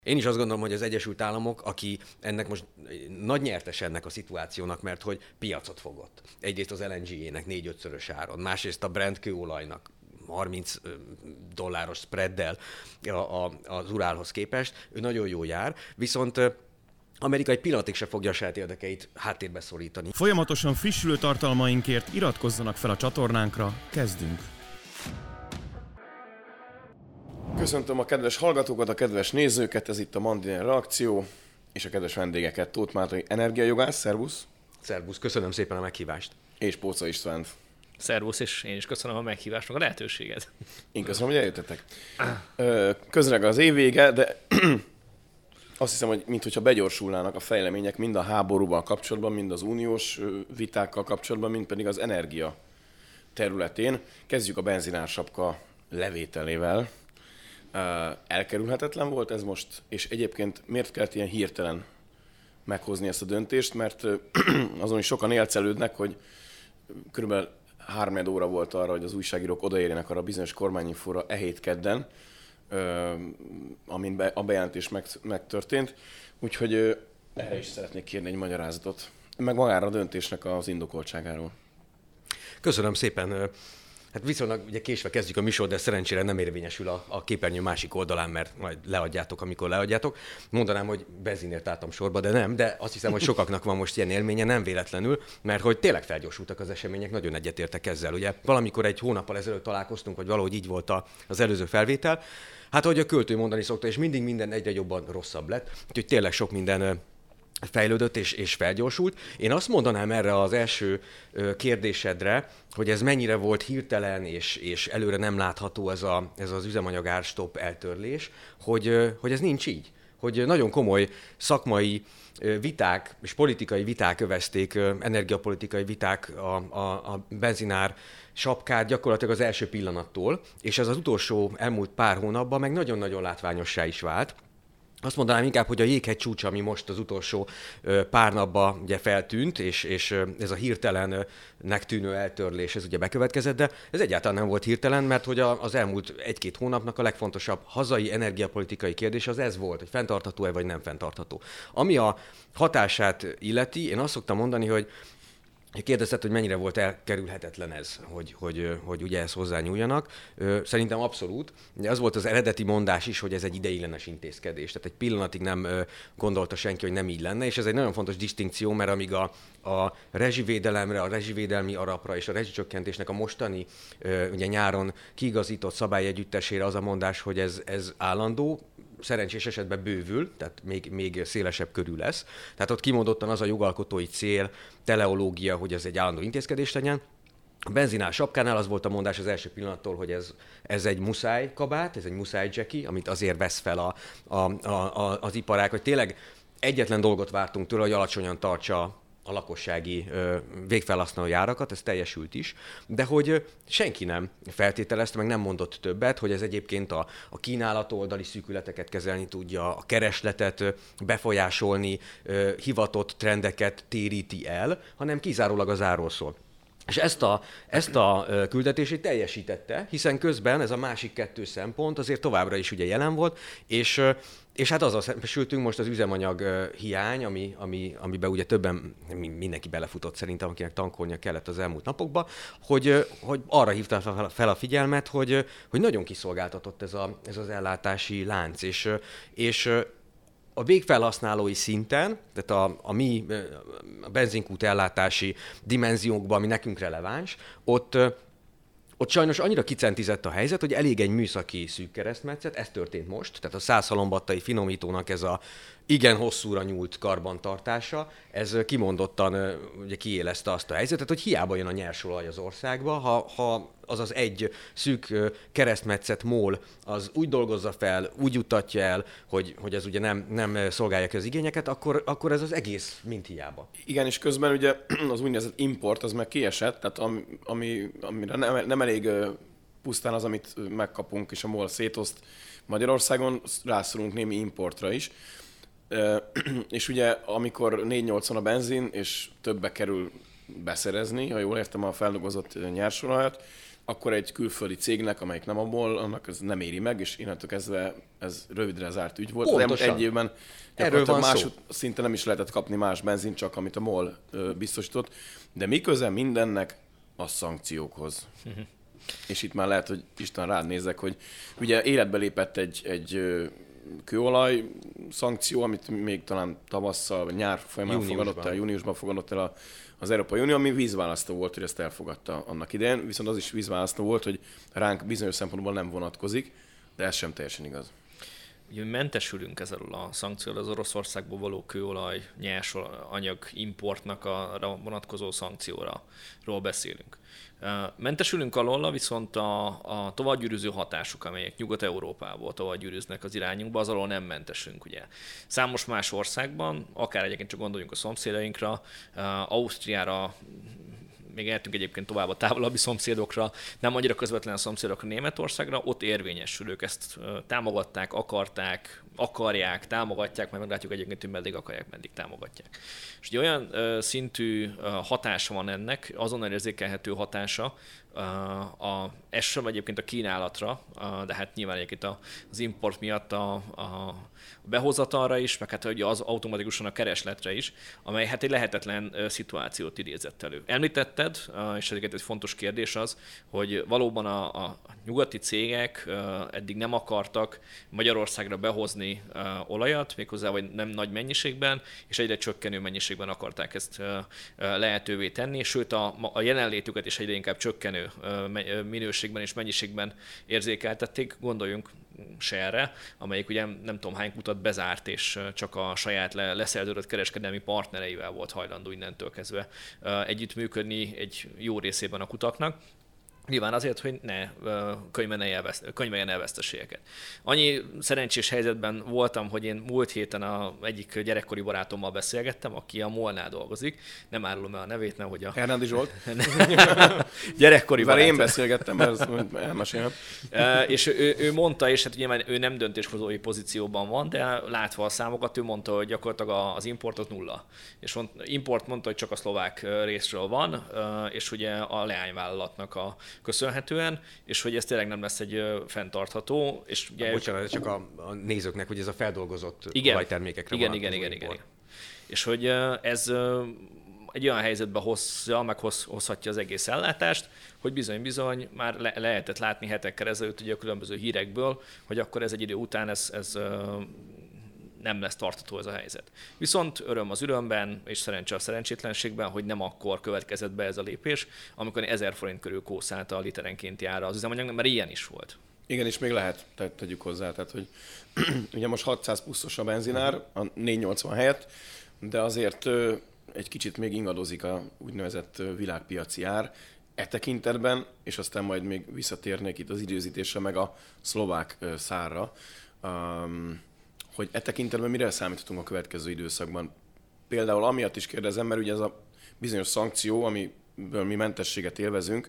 Én is azt gondolom, hogy az Egyesült Államok, aki ennek most nagy nyertes ennek a szituációnak, mert hogy piacot fogott. Egyrészt az LNG-jének 4-5-szörös áron, másrészt a Brent kőolajnak $30 spreaddel az Urálhoz képest, ő nagyon jó jár, viszont Amerika egy pillanatig se fogja a saját érdekeit háttérbe szorítani. Folyamatosan frissülő tartalmainkért iratkozzanak fel a csatornánkra, kezdünk! Köszöntöm a kedves hallgatókat, a kedves nézőket, ez itt a Mandiner Reakció, és a kedves vendégeket, Tóth Márton energiajogász, szervusz! Szervusz, köszönöm szépen a meghívást! És Póca Istvánt. Szervusz, és én is köszönöm a meghívást, meg a lehetőséget. Én köszönöm, hogy eljöttetek. Közreg az év vége, de azt hiszem, hogy minthogyha begyorsulnának a fejlemények mind a háborúval kapcsolatban, mind az uniós vitákkal kapcsolatban, mind pedig az energia területén. Kezdjük a benzinársapka levételével. Elkerülhetetlen volt ez most, és egyébként miért kellett ilyen hirtelen meghozni ezt a döntést, mert azon is sokan élcelődnek, hogy körülbelül 3 óra volt arra, hogy az újságírók odaérjenek arra a bizonyos kormányinfóra hét kedden, amin a bejelentés megtörtént. Úgyhogy erre is szeretnék kérni egy magyarázatot, meg magára a döntésnek az indokoltságáról. Köszönöm szépen. Hát viszonylag ugye késve kezdjük a műsor, de szerencsére nem érvényesül a képernyő másik oldalán, mert majd leadjátok, amikor leadjátok. Mondanám, hogy benzinért álltam sorba, de nem, de azt hiszem, hogy sokaknak van most ilyen élménye, nem véletlenül, mert hogy tényleg felgyorsultak az események, nagyon egyetértek ezzel. Ugye valamikor egy hónappal ezelőtt találkoztunk, hogy valahogy így volt az előző felvétel. Hát ahogy a költő mondani szokta, és mindig minden egyre jobban rosszabb lett, úgyhogy tényleg sok minden fejlődött és felgyorsult. Én azt mondanám erre az első kérdésedre, hogy ez mennyire volt hirtelen és előre nem látható ez az üzemanyag árstopp eltörlés, hogy ez nincs így. Hogy nagyon komoly szakmai viták és politikai viták övezték, energiapolitikai viták a benzinár sapkát gyakorlatilag az első pillanattól, és ez az utolsó elmúlt pár hónapban meg nagyon-nagyon látványossá is vált. Azt mondanám inkább, hogy a jéghegy csúcsa, ami most az utolsó pár napban ugye feltűnt, és ez a hirtelennek tűnő eltörlés, ez ugye bekövetkezett, de ez egyáltalán nem volt hirtelen, mert hogy az elmúlt 1-2 hónapnak a legfontosabb hazai energiapolitikai kérdés az ez volt, hogy fenntartható-e vagy nem fenntartható. Ami a hatását illeti, én azt szoktam mondani, hogy kérdezted, hogy mennyire volt elkerülhetetlen ez, hogy ugye ezt hozzányúljanak. Szerintem abszolút. Az volt az eredeti mondás is, hogy ez egy ideiglenes intézkedés. Tehát egy pillanatig nem gondolta senki, hogy nem így lenne, és ez egy nagyon fontos disztinkció, mert amíg a rezsivédelemre, a rezsivédelmi arapra és a rezsicsökkentésnek a mostani ugye nyáron kiigazított szabályegyüttesére az a mondás, hogy ez állandó, szerencsés esetben bővül, tehát még szélesebb körül lesz. Tehát ott kimondottan az a jogalkotói cél, teleológia, hogy ez egy állandó intézkedés legyen. A benzinár sapkánál az volt a mondás az első pillanattól, hogy ez egy muszáj kabát, ez egy muszáj dzseki, amit azért vesz fel az iparág, hogy tényleg egyetlen dolgot vártunk tőle, hogy alacsonyan tartsa a lakossági végfelhasználói árakat, ez teljesült is, de hogy senki nem feltételezte, meg nem mondott többet, hogy ez egyébként a kínálat oldali szűkületeket kezelni tudja, a keresletet befolyásolni, hivatott trendeket téríti el, hanem kizárólag az árról szól. És ezt a küldetését teljesítette, hiszen közben ez a másik 2 szempont azért továbbra is ugye jelen volt, és hát azzal szembesültünk most az üzemanyag hiány, amiben ugye többen, mindenki belefutott szerintem, akinek tankolnia kellett az elmúlt napokban, hogy arra hívta fel a figyelmet, hogy nagyon kiszolgáltatott ez az ellátási lánc, és a végfelhasználói szinten, tehát a mi a benzinkút ellátási dimenziókban, ami nekünk releváns, ott sajnos annyira kicentizett a helyzet, hogy elég egy műszaki szűk keresztmetszet, ez történt most, tehát a 100 halombattai finomítónak ez a igen hosszúra nyúlt karbantartása, ez kimondottan ugye kiélezte azt a helyzetet, hogy hiába jön a nyersolaj az országba, ha az az egy szűk keresztmetszet mól, az úgy dolgozza fel, úgy jutatja el, hogy ez ugye nem szolgálja ki az igényeket, akkor ez az egész mind hiába. Igen, és közben ugye az úgynevezett import az meg kiesett, tehát amire nem elég pusztán az, amit megkapunk, és a MOL szétoszt Magyarországon, rászorulunk némi importra is. És ugye amikor 4,80 a benzin, és többbe kerül beszerezni, ha jól értem a feldolgozott nyersolajat, akkor egy külföldi cégnek, amelyik nem a MOL, annak ez nem éri meg, és innentől kezdve ez rövidre zárt ügy volt. Pontosan. Az elmúlt egy évben Erről van szó. szinte nem is lehetett kapni más benzin, csak amit a MOL biztosított. De mi köze mindennek a szankciókhoz? És itt már lehet, hogy Isten rád nézek, hogy ugye életbe lépett egy kőolaj szankció, amit még talán tavasszal, vagy nyár folyamán júniusban fogadott el az Európai Unió, ami vízválasztó volt, hogy ezt elfogadta annak idején, viszont az is vízválasztó volt, hogy ránk bizonyos szempontból nem vonatkozik, de ez sem teljesen igaz. Ugye mentesülünk ezzel a szankcióról, az Oroszországból való kőolaj, nyers anyag importnak a vonatkozó szankcióról beszélünk. Mentesülünk alól, viszont a továbbgyűrűző hatások, amelyek Nyugat-Európából továbbgyűrűznek az irányunkba, az alól nem mentesülünk. Ugye. Számos más országban, akár egyébként csak gondoljunk a szomszédainkra, Ausztriára, még eltünk egyébként tovább a távolabbi szomszédokra, nem annyira közvetlen a szomszédokra, Németországra, ott érvényesül, ők ezt támogatták, akarják, támogatják, majd meglátjuk egyébként, hogy meddig akarják, meddig támogatják. És ugye olyan szintű hatása van ennek, azonnal érzékelhető hatása, ez sem egyébként a kínálatra, de hát nyilván egyébként az import miatt a behozatalra is, meg hát ugye az automatikusan a keresletre is, amely hát egy lehetetlen szituációt idézett elő. Említetted, és ez egy fontos kérdés az, hogy valóban a nyugati cégek eddig nem akartak Magyarországra behozni olajat, méghozzá vagy nem nagy mennyiségben, és egyre csökkenő mennyiségben akarták ezt lehetővé tenni, sőt a jelenlétüket is egyre inkább csökkenő minőségben és mennyiségben érzékeltették. Gondoljunk Shell-re, amelyik ugye nem tudom hány kutat bezárt, és csak a saját leszerződött kereskedelmi partnereivel volt hajlandó innentől kezdve együttműködni egy jó részében a kutaknak. Nyilván azért, hogy ne könyveljen el veszteségeket. Annyi szerencsés helyzetben voltam, hogy én múlt héten egyik gyerekkori barátommal beszélgettem, aki a MOL-nál dolgozik. Nem árulom el a nevét, nem, hogy a... Hernádi Zsolt? Gyerekkori barátom. Én beszélgettem, mert elmesélem. És ő mondta, és hát ugye ő nem döntéshozói pozícióban van, de látva a számokat, ő mondta, hogy gyakorlatilag az importot nulla. És import mondta, hogy csak a szlovák részről van, és ugye a leányvállalatnak köszönhetően, és hogy ez tényleg nem lesz egy fenntartható. És ugye bocsánat, csak a nézőknek, hogy ez a feldolgozott olajtermékekre igen. És hogy ez egy olyan helyzetbe hozhatja az egész ellátást, hogy bizony már lehetett látni hetekkel ezelőtt ugye a különböző hírekből, hogy akkor ez egy idő után ez nem lesz tartható ez a helyzet. Viszont öröm az örömben, és szerencse a szerencsétlenségben, hogy nem akkor következett be ez a lépés, amikor 1000 forint körül kószálta a literenkénti ára az üzemanyagnak, mert ilyen is volt. Igen, és még lehet, tegyük hozzá, tehát hogy ugye most 600 pluszos a benzinár, a 480 helyett, de azért egy kicsit még ingadozik a úgynevezett világpiaci ár e tekintetben, és aztán majd még visszatérnék itt az időzítésre, meg a szlovák szárra, hogy e tekintetben mire számíthatunk a következő időszakban. Például amiatt is kérdezem, mert ugye ez a bizonyos szankció, amiből mi mentességet élvezünk,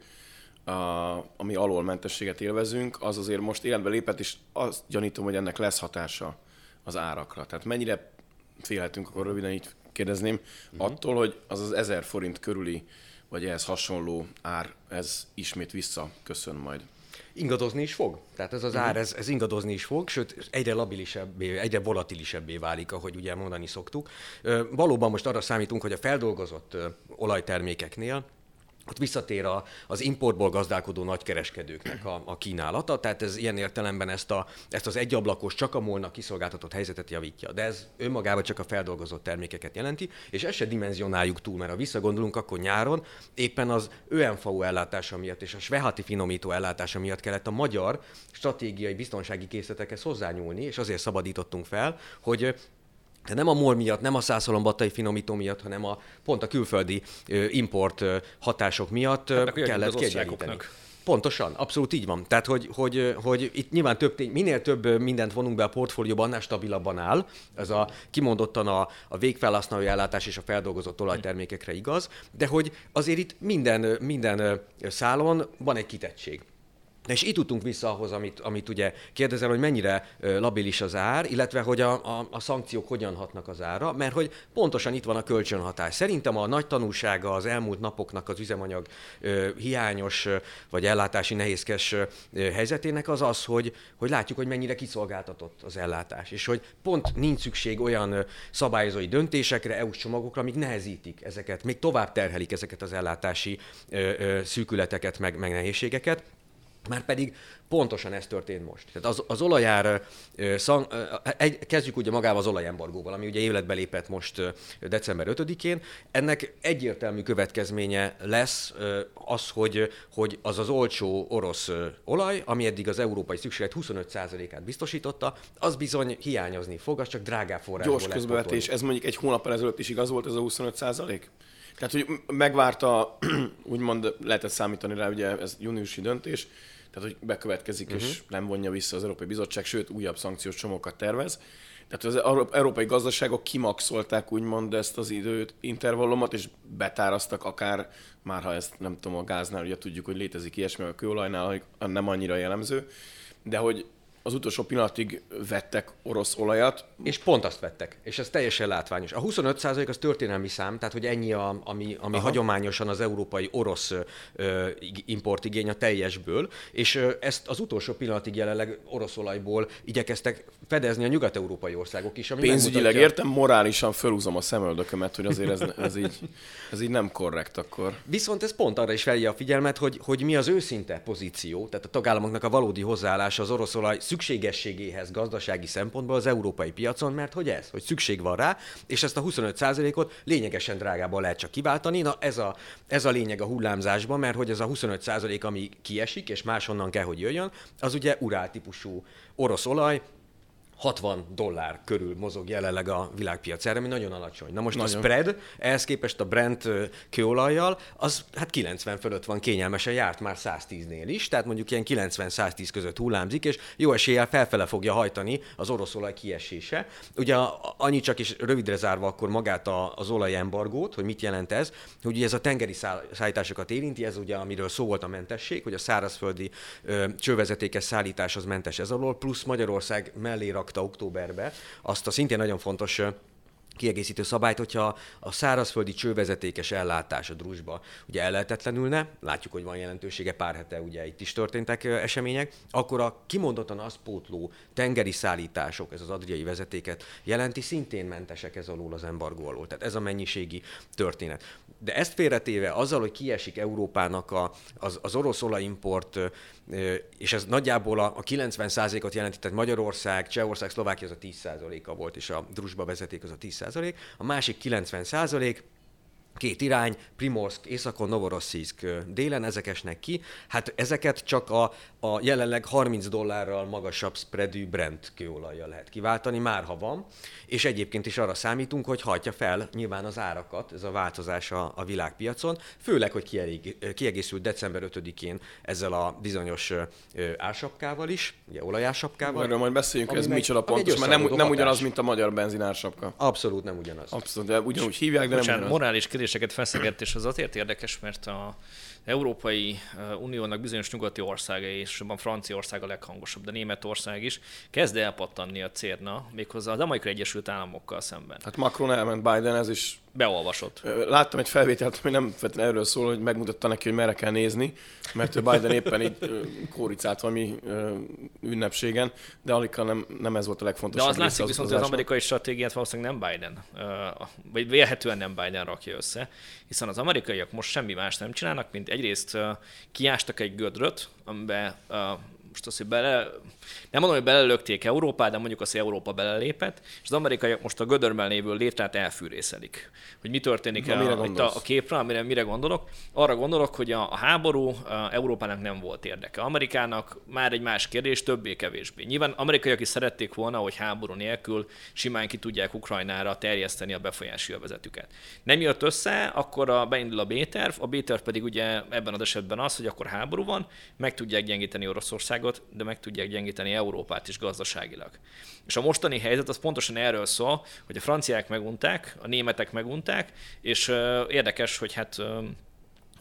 ami alól mentességet élvezünk, az azért most életbe lépett, és azt gyanítom, hogy ennek lesz hatása az árakra. Tehát mennyire félhetünk, akkor röviden így kérdezném, attól, hogy az 1000 forint körüli, vagy ehhez hasonló ár, ez ismét visszaköszön majd. Ingadozni is fog. Tehát ez az ár, ez ingadozni is fog, sőt egyre labilisebbé, egyre volatilisebbé válik, ahogy ugye mondani szoktuk. Valóban most arra számítunk, hogy a feldolgozott olajtermékeknél ott visszatér az importból gazdálkodó nagykereskedőknek a kínálata, tehát ez ilyen értelemben ezt az egyablakos, csak a MOL-nak kiszolgáltatott helyzetet javítja. De ez önmagában csak a feldolgozott termékeket jelenti, és ezt se dimenzionáljuk túl, mert ha visszagondolunk, akkor nyáron éppen az ÖMVO ellátása miatt és a Svehati finomító ellátása miatt kellett a magyar stratégiai biztonsági készletekhez hozzányúlni, és azért szabadítottunk fel, hogy de nem a MOL miatt, nem a szászolombattai finomító miatt, hanem pont a külföldi import hatások miatt kellett kiegyenlíteni. Pontosan, abszolút így van. Tehát, hogy itt nyilván minél több mindent vonunk be a portfólióban, annál stabilabban áll. Ez kimondottan a végfelhasználói ellátás és a feldolgozott olajtermékekre igaz, de hogy azért itt minden szálon van egy kitettség. De és itt tudtunk vissza ahhoz, amit ugye kérdezel, hogy mennyire labilis az ár, illetve hogy a szankciók hogyan hatnak az ára, mert hogy pontosan itt van a kölcsönhatás. Szerintem a nagy tanulsága az elmúlt napoknak az üzemanyag hiányos vagy ellátási nehézkes helyzetének az, hogy látjuk, hogy mennyire kiszolgáltatott az ellátás, és hogy pont nincs szükség olyan szabályozói döntésekre, EU-s csomagokra, amik nehezítik ezeket, még tovább terhelik ezeket az ellátási szűkületeket, meg nehézségeket. Márpedig pontosan ez történt most. Tehát az olajár, kezdjük ugye magával az olajembargóval, ami ugye életbe lépett most december 5-én. Ennek egyértelmű következménye lesz az, hogy az olcsó orosz olaj, ami eddig az európai szükséglet 25%-át biztosította, az bizony hiányozni fog, az csak drágább forrásból lesz. Gyors közbevetés, ez mondjuk egy hónappal ezelőtt is igaz volt ez a 25%? Tehát, hogy megvárta, úgymond lehetett számítani rá, ugye ez júniusi döntés, tehát, hogy bekövetkezik, és nem vonja vissza az Európai Bizottság, sőt, újabb szankciós csomagokat tervez. Tehát az európai gazdaságok kimaxolták úgymond ezt az időintervallumot, és betáraztak akár, már ha ezt nem tudom, a gáznál, ugye tudjuk, hogy létezik ilyesmi, a kőolajnál nem annyira jellemző, de hogy az utolsó pillanatig vettek orosz olajat. És pont azt vettek, és ez teljesen látványos. A 25% az történelmi szám, tehát hogy ennyi, ami hagyományosan az európai orosz importigény a teljesből, és ezt az utolsó pillanatig jelenleg orosz olajból igyekeztek fedezni a nyugat-európai országok is. Ami pénzügyileg értem, morálisan fölhúzom a szemöldökömet, hogy azért ez így nem korrekt akkor. Viszont ez pont arra is felhívja a figyelmet, hogy mi az őszinte pozíció, tehát a tagállamoknak a valódi hozzáállása az orosz olaj szükségességéhez gazdasági szempontból az európai piacon, mert hogy szükség van rá, és ezt a 25%-ot lényegesen drágában lehet csak kiváltani. Na ez a lényeg a hullámzásban, mert hogy ez a 25%, ami kiesik, és máshonnan kell, hogy jöjjön, az ugye urál típusú orosz olaj, $60 körül mozog jelenleg a világpiac erre, ami nagyon alacsony. Na most a spread, ehhez képest a Brent kőolajjal, az hát 90 fölött van, kényelmesen járt már 110-nél is, tehát mondjuk ilyen 90-110 között hullámzik, és jó eséllyel felfele fogja hajtani az orosz olaj kiesése. Ugye annyi csak is rövidre zárva akkor magát az olajembargót, hogy mit jelent ez, hogy ugye ez a tengeri szállításokat érinti, ez ugye amiről szó volt a mentesség, hogy a szárazföldi csővezetékes szállítás az mentes ez alól, plusz Magyarország mellé rakta októberbe azt a szintén nagyon fontos kiegészítő szabályt, hogyha a szárazföldi csővezetékes ellátás a Druzsba ugye ellehetetlenülne, látjuk, hogy van jelentősége, pár hete ugye itt is történtek események, akkor a kimondottan azt pótló tengeri szállítások, ez az adriai vezetéket jelenti, szintén mentesek ez alól az embargó alól. Tehát ez a mennyiségi történet. De ezt félretéve azzal, hogy kiesik Európának az orosz olajimport, és ez nagyjából a 90%-ot jelenti, tehát Magyarország, Csehország, Szlovákia az a 10%-a volt, és a Druzsba vezeték az a 10%, a másik 90%, két irány, Primorszk északon, Novorosszijszk délen, ezek esnek ki. Hát ezeket csak a jelenleg $30 magasabb spreadű Brent kőolajjal lehet kiváltani, már ha van, és egyébként is arra számítunk, hogy hajtja fel nyilván az árakat, ez a változás a világpiacon, főleg, hogy kiegészült december 5-én ezzel a bizonyos ársapkával is, ugye olajársapkával. Erről majd beszéljünk, ez micsoda pontos, mert nem ugyanaz, mint a magyar benzinársapka. Abszolút nem ugyanaz. Abszolút, de ugyanúgy hívják, de nem ugyanaz. Morális kérdéseket feszegett, és az azért érdekes, mert az Európai Uniónak bizonyos nyugati országai, és Franciaország a leghangosabb, de Németország is kezd elpattanni a cérna, méghozzá az Amerikai Egyesült Államokkal szemben. Hát Macron elment, Biden, ez is beolvasott. Láttam egy felvételt, ami nem feltétlenül erről szól, hogy megmutatta neki, hogy merre kell nézni, mert Biden éppen így kóricált valami ünnepségen, de alig nem ez volt a legfontosabb. De az látszik viszont, hogy az amerikai stratégiát valószínűleg nem Biden, vagy vélhetően nem Biden rakja össze, hiszen az amerikaiak most semmi más nem csinálnak, mint egyrészt kiástak egy gödröt, amiben most azt, hogy nem mondom, hogy belelökték Európát, de mondjuk azt, hogy Európa belelépett, és az amerikaiak most a gödörben lévő létrát elfűrészelik. Hogy mi történik itt a képre, mire gondolok? Arra gondolok, hogy a háború Európának nem volt érdeke. Amerikának már egy más kérdés, többé-kevésbé. Nyilván amerikaiak is szerették volna, hogy háború nélkül simán ki tudják Ukrajnára terjeszteni a befolyási övezetüket. Nem jött össze, akkor beindul a B-terv, a B-terv pedig ugye ebben az esetben az, hogy akkor háború van, meg tudják gyengíteni Oroszországot, de meg tudják gyengíteni Európát is gazdaságilag. És a mostani helyzet az pontosan erről szól, hogy a franciák megunták, a németek megunták, és érdekes, hogy hát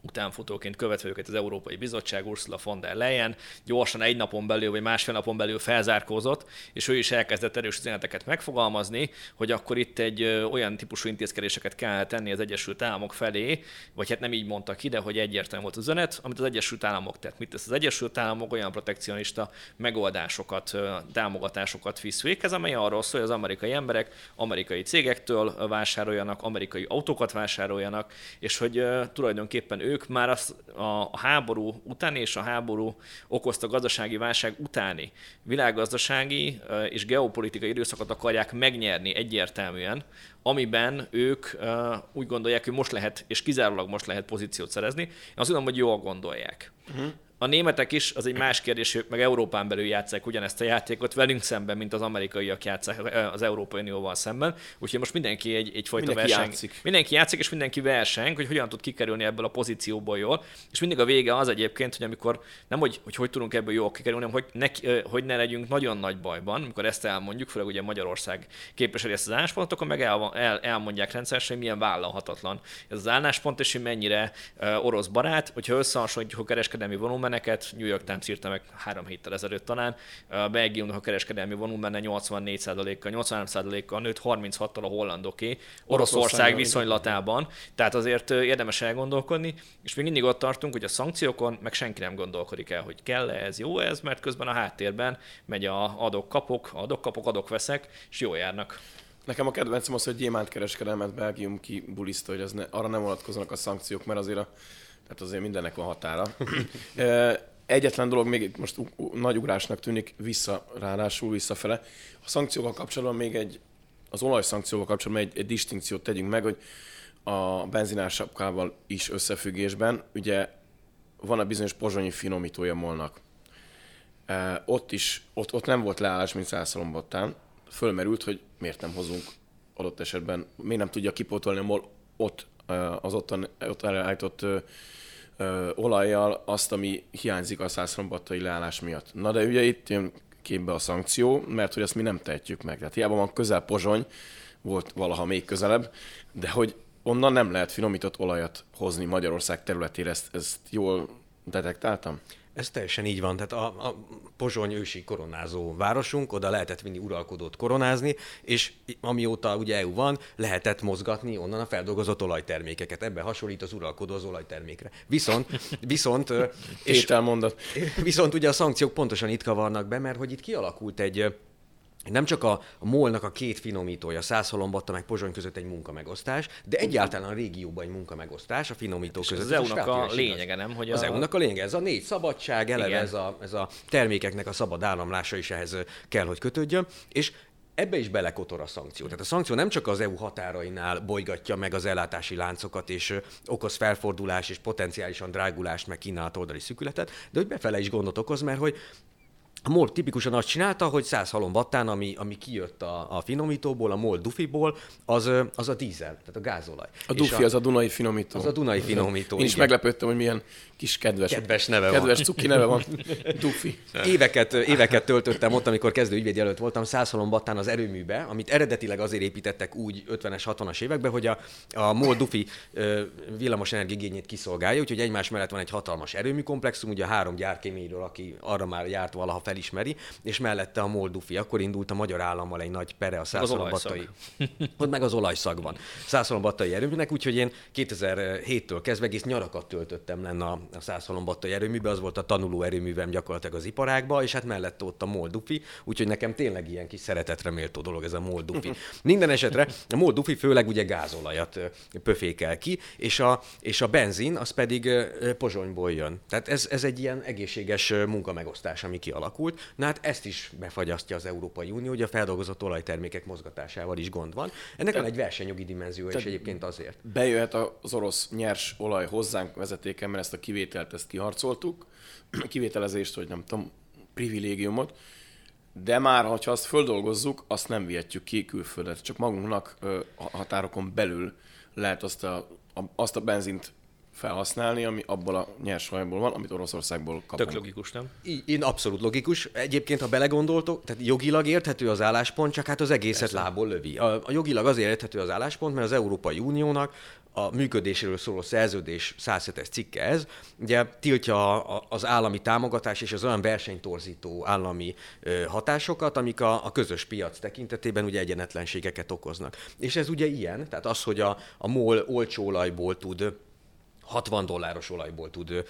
utánfutóként követve őket az Európai Bizottság, Ursula von der Leyen gyorsan egy napon belül, vagy másfél napon belül felzárkózott, és ő is elkezdett erős üzeneteket megfogalmazni, hogy akkor itt egy olyan típusú intézkedéseket kell tenni az Egyesült Államok felé, vagy hát nem így mondta ki, de hogy egyértelmű volt az üzenet, amit az Egyesült Államok tett. Mit tesz az Egyesült Államok? Olyan protekcionista megoldásokat, támogatásokat visz véghez, amely arról szól, hogy az amerikai emberek amerikai cégektől vásároljanak, amerikai autókat vásároljanak, és hogy tulajdonképpen ők már a háború utáni és a háború okozta gazdasági válság utáni világgazdasági és geopolitikai időszakot akarják megnyerni egyértelműen, amiben ők úgy gondolják, hogy most lehet, és kizárólag most lehet pozíciót szerezni. Én azt gondolom, hogy jól gondolják. A németek is, az egy más kérdés, ők meg Európán belül játsszák ugyanezt a játékot velünk szemben, mint az amerikaiak játsszák az Európai Unióval szemben. Úgyhogy most mindenki egyfajta verseny. Mindenki játszik, és mindenki verseng, hogy hogyan tud kikerülni ebből a pozícióból jól. És mindig a vége az egyébként, hogy amikor nem hogy tudunk ebből jól kikerülni, hanem hogy ne legyünk nagyon nagy bajban, amikor ezt elmondjuk, főleg ugye Magyarország képviseli ezt az álláspontot, akkor meg elmondják rendszeresen, hogy milyen vállalhatatlan ez az álláspont, és hogy mennyire orosz barát, hogyha összehasonlítjuk a kereskedelmi volumeneket, New York Times írta meg 3 héttel ezelőtt talán, a Belgiumnak a kereskedelmi volumene 84%-kal, 83%-kal nőtt, 36-tal a hollandoké, Oroszország viszonylatában, tehát azért érdemes elgondolkodni, és még mindig ott tartunk, hogy a szankciókon meg senki nem gondolkodik el, hogy kell-e ez, jó ez, mert közben a háttérben megy a adok-veszek, és jól járnak. Nekem a kedvencem az, hogy gyémántkereskedelmet Belgium kibuliszta, hogy arra nem vonatkoznak a szankciók, mert tehát azért mindennek van határa. Egyetlen dolog még most nagy ugrásnak tűnik ráadásul visszafele. A szankciókkal kapcsolatban az olajszankcióval kapcsolatban egy distinkciót tegyünk meg, hogy a benzinársapkával is összefüggésben, ugye van a bizonyos pozsonyi finomítója MOL-nak. Ott nem volt leállás, mint Szászhalombattán. Fölmerült, hogy miért nem hozunk adott esetben, miért nem tudja kipótolni a MOL ott állított olajjal azt, ami hiányzik a Szászhalombattai leállás miatt. Na de ugye itt jön képbe a szankció, mert hogy ezt mi nem tehetjük meg. Tehát hiába van közel Pozsony, volt valaha még közelebb, de hogy onnan nem lehet finomított olajat hozni Magyarország területére, ezt jól detektáltam? Ez teljesen így van. Tehát a Pozsony ősi koronázó városunk, oda lehetett vinni uralkodót koronázni, és amióta ugye EU van, lehetett mozgatni onnan a feldolgozott olajtermékeket. Ebben hasonlít az uralkodó az olajtermékre. Viszont ugye a szankciók pontosan itt kavarnak be, mert hogy itt kialakult nem csak a MOL-nak a 2 finomítója, Szászhalombatta meg Pozsony között egy munkamegosztás, de egyáltalán a régióban egy munkamegosztás a finomító között. Az EU-nak a lényege, nem? Hogy az EU-nak a lényege. Ez a 4 szabadság, eleve ez a termékeknek a szabad áramlása is ehhez kell, hogy kötődjön, és ebbe is belekotor a szankció. Tehát a szankció nem csak az EU határainál bolygatja meg az ellátási láncokat, és okoz felfordulás és potenciálisan drágulást, meg kínálat oldali szűkületet, de hogy befele is gondot okoz, mert hogy a MOL tipikusan azt csinálta, hogy Szászhalombattán, ami kijött a finomítóból, a MOL Dufiból, az a dízel, tehát a gázolaj. A Dufi az a Dunai finomító. Az a Dunai finomító. Én is meglepődtem, hogy milyen kis kedves neve van. Kedves cuki neve van. Dufi. Éveket töltöttem ott, amikor kezdő ügyvédjelölt voltam Szászhalombattán az erőműbe, amit eredetileg azért építettek úgy 50-es, 60-as években, hogy a MOL Dufi villamos energiaigényét kiszolgálja, úgyhogy egymás mellett van egy hatalmas erőműkomplexum, ugye a 3 gyárkéményről, aki arra már járt valaha felismeri, és mellette a MOL Dufi. Akkor indult a magyar állammal egy nagy pere a Szászhalombattai. Ott meg az olajszag van. Szászhalombattai erőműnek, úgyhogy én 2007-től kezdve egész nyarakat töltöttem lenne a Szászhalombattai erőműbe, az volt a tanuló erőművem gyakorlatilag az iparágba, és hát mellette ott a MOL Dufi, úgyhogy nekem tényleg ilyen kis szeretetre méltó dolog ez a MOL Dufi. Minden esetre a MOL Dufi főleg ugye gázolajat pöfékel ki, és a benzin az pedig Pozsonyból jön. Tehát ez egy ilyen egészséges munkamegosztás, ami kialakult. Na hát ezt is befagyasztja az Európai Unió, hogy a feldolgozott olajtermékek mozgatásával is gond van. Ennek van egy versenyjogi dimenziója is egyébként azért. Bejöhet az orosz nyers olaj hozzánk vezetéken, mert ezt a kivételt kiharcoltuk, kivételezést, hogy nem tudom, privilégiumot, de már, ha azt földolgozzuk, azt nem vihetjük ki külföldre. Csak magunknak a határokon belül lehet azt a benzint felhasználni, ami abból a nyersolajból van, amit Oroszországból kapunk. Tök logikus, nem? Én abszolút logikus. Egyébként, ha belegondoltok, tehát jogilag érthető az álláspont, csak hát az egészet lából lövi. A jogilag azért érthető az álláspont, mert az Európai Uniónak a működéséről szóló szerződés 107-es cikke ez, ugye tiltja az állami támogatás és az olyan versenytorzító állami hatásokat, amik a közös piac tekintetében ugye egyenetlenségeket okoznak. És ez ugye ilyen, tehát az, hogy a MOL olcsó olajból tud $60 olajból tud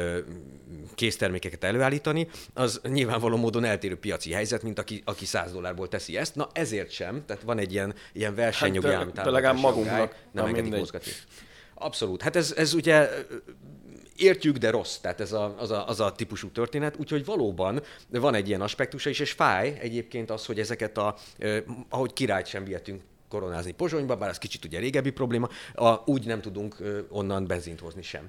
késztermékeket előállítani, az nyilvánvaló módon eltérő piaci helyzet, mint aki $100 teszi ezt. Na ezért sem, tehát van egy ilyen versenyjogi állami de legalább magunknak nem engedik mozgatni. Abszolút. Hát ez ugye értjük, de rossz, tehát ez az a típusú történet, úgyhogy valóban van egy ilyen aspektusa is, és fáj egyébként az, hogy ezeket ahogy királyt sem vihetünk koronázni Pozsonyba, bár ez kicsit ugye régebbi probléma, úgy nem tudunk onnan benzint hozni sem.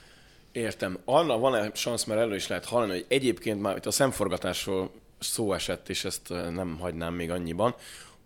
Értem. Anna van-e szansz, mert elő is lehet hallani, hogy egyébként már itt a szemforgatásról szó esett, és ezt nem hagynám még annyiban,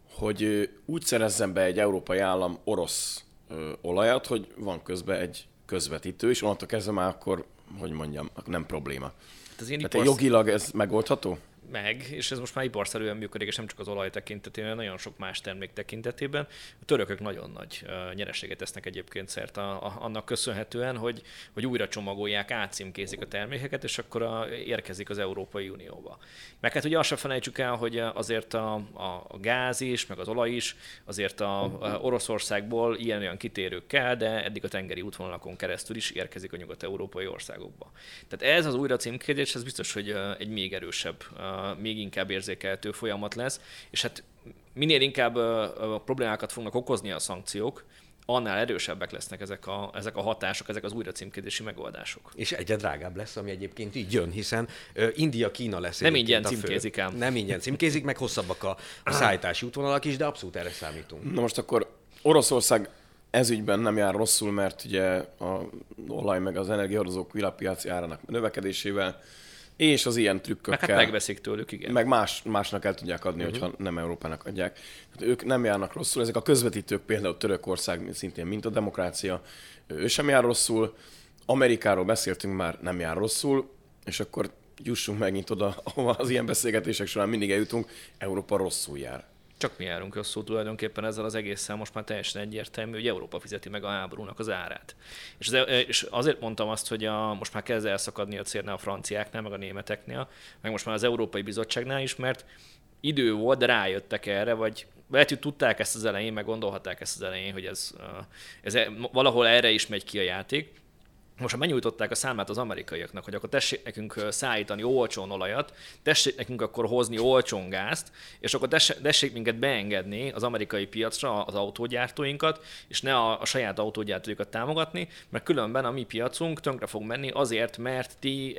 hogy úgy szerezzen be egy európai állam orosz olajat, hogy van közben egy közvetítő, és onnantól kezdve már akkor, hogy mondjam, nem probléma. Tehát jogilag ez megoldható? És ez most már iparszerűen működik, és nem csak az olaj tekintetében, nagyon sok más termék tekintetében. A törökök nagyon nagy nyereséget tesznek egyébként szert annak köszönhetően, hogy újra csomagolják, átcímkézik a termékeket, és akkor érkezik az Európai Unióba. Meg hát ugye azt sem felejtsük el, hogy azért a gáz is, meg az olaj is, azért Oroszországból ilyen-olyan kitérőkkel, de eddig a tengeri útvonalakon keresztül is érkezik a nyugat-európai országokba. Tehát ez az újra címkézés, ez biztos, hogy egy még erősebb, még inkább érzékelhető folyamat lesz, és hát minél inkább problémákat fognak okozni a szankciók, annál erősebbek lesznek ezek a hatások, ezek az újracímkézési megoldások. És egyre drágább lesz, ami egyébként így jön, hiszen India, Kína lesz. Nem ingyen címkézik ám. Nem ingyen címkézik, meg hosszabbak a szállítási útvonalak is, de abszolút erre számítunk. Na most akkor Oroszország ezügyben nem jár rosszul, mert ugye a olaj meg az energiahordozók világpiaci árának növekedésével és az ilyen trükkökkel. Meg hát megveszik tőlük, igen. Meg másnak el tudják adni, hogyha nem Európának adják. Tehát ők nem járnak rosszul. Ezek a közvetítők, például Törökország szintén mint a demokrácia, ő sem jár rosszul. Amerikáról beszéltünk már, nem jár rosszul, és akkor jussunk megint oda, ahova az ilyen beszélgetések során mindig eljutunk, Európa rosszul jár. Csak mi járunk rosszul tulajdonképpen ezzel az egésszel, most már teljesen egyértelmű, hogy Európa fizeti meg a háborúnak az árát. És azért mondtam azt, hogy most már kezd elszakadni a célnál a franciáknál, meg a németeknél, meg most már az Európai Bizottságnál is, mert idő volt, de rájöttek erre, vagy lehet, hogy tudták ezt az elején, meg gondolhatták ezt az elején, hogy ez valahol erre is megy ki a játék. Most már benyújtották a számát az amerikaiaknak, hogy akkor tessék nekünk szállítani olcsón olajat, tessék nekünk akkor hozni olcsón gázt, és akkor tessék minket beengedni az amerikai piacra az autógyártóinkat, és ne a saját autógyártóikat támogatni, mert különben a mi piacunk tönkre fog menni azért, mert ti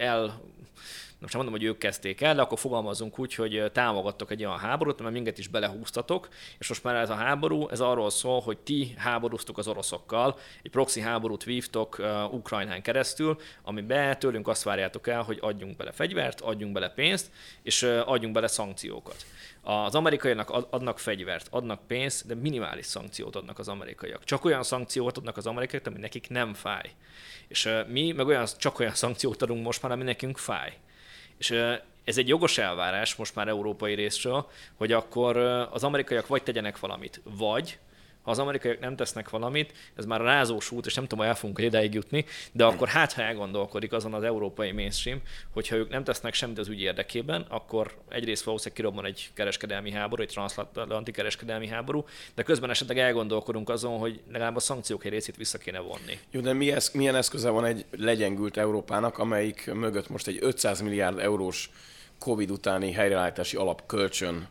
most nem mondom, hogy ők kezdték el, de akkor fogalmazunk úgy, hogy támogattok egy olyan háborút, mert minket is belehúztatok, és most már ez a háború, ez arról szól, hogy ti háborúztok az oroszokkal, egy proxy háborút vívtok Ukrajnán keresztül, amiben tőlünk azt várjátok el, hogy adjunk bele fegyvert, adjunk bele pénzt, és adjunk bele szankciókat. Az amerikaiak adnak fegyvert, adnak pénzt, de minimális szankciót adnak az amerikaiak. Csak olyan szankciót adnak az amerikaiak, ami nekik nem fáj. És mi meg csak olyan szankciót adunk most már, ami nekünk fáj. És ez egy jogos elvárás most már európai részről, hogy akkor az amerikaiak vagy tegyenek valamit, vagy ha az amerikaiak nem tesznek valamit, ez már a rázós út, és nem tudom, hogy el fogunk ideig jutni, de akkor ha elgondolkodik azon az európai mainstream, hogyha ők nem tesznek semmit az ügy érdekében, akkor egyrészt valószínűleg kirobban egy kereskedelmi háború, egy transatlanti kereskedelmi háború, de közben esetleg elgondolkodunk azon, hogy legalább a szankciók egy részét vissza kéne vonni. Jó, de milyen eszköze van egy legyengült Európának, amelyik mögött most egy 500 milliárd eurós Covid utáni helyreállítási alapkölcsön,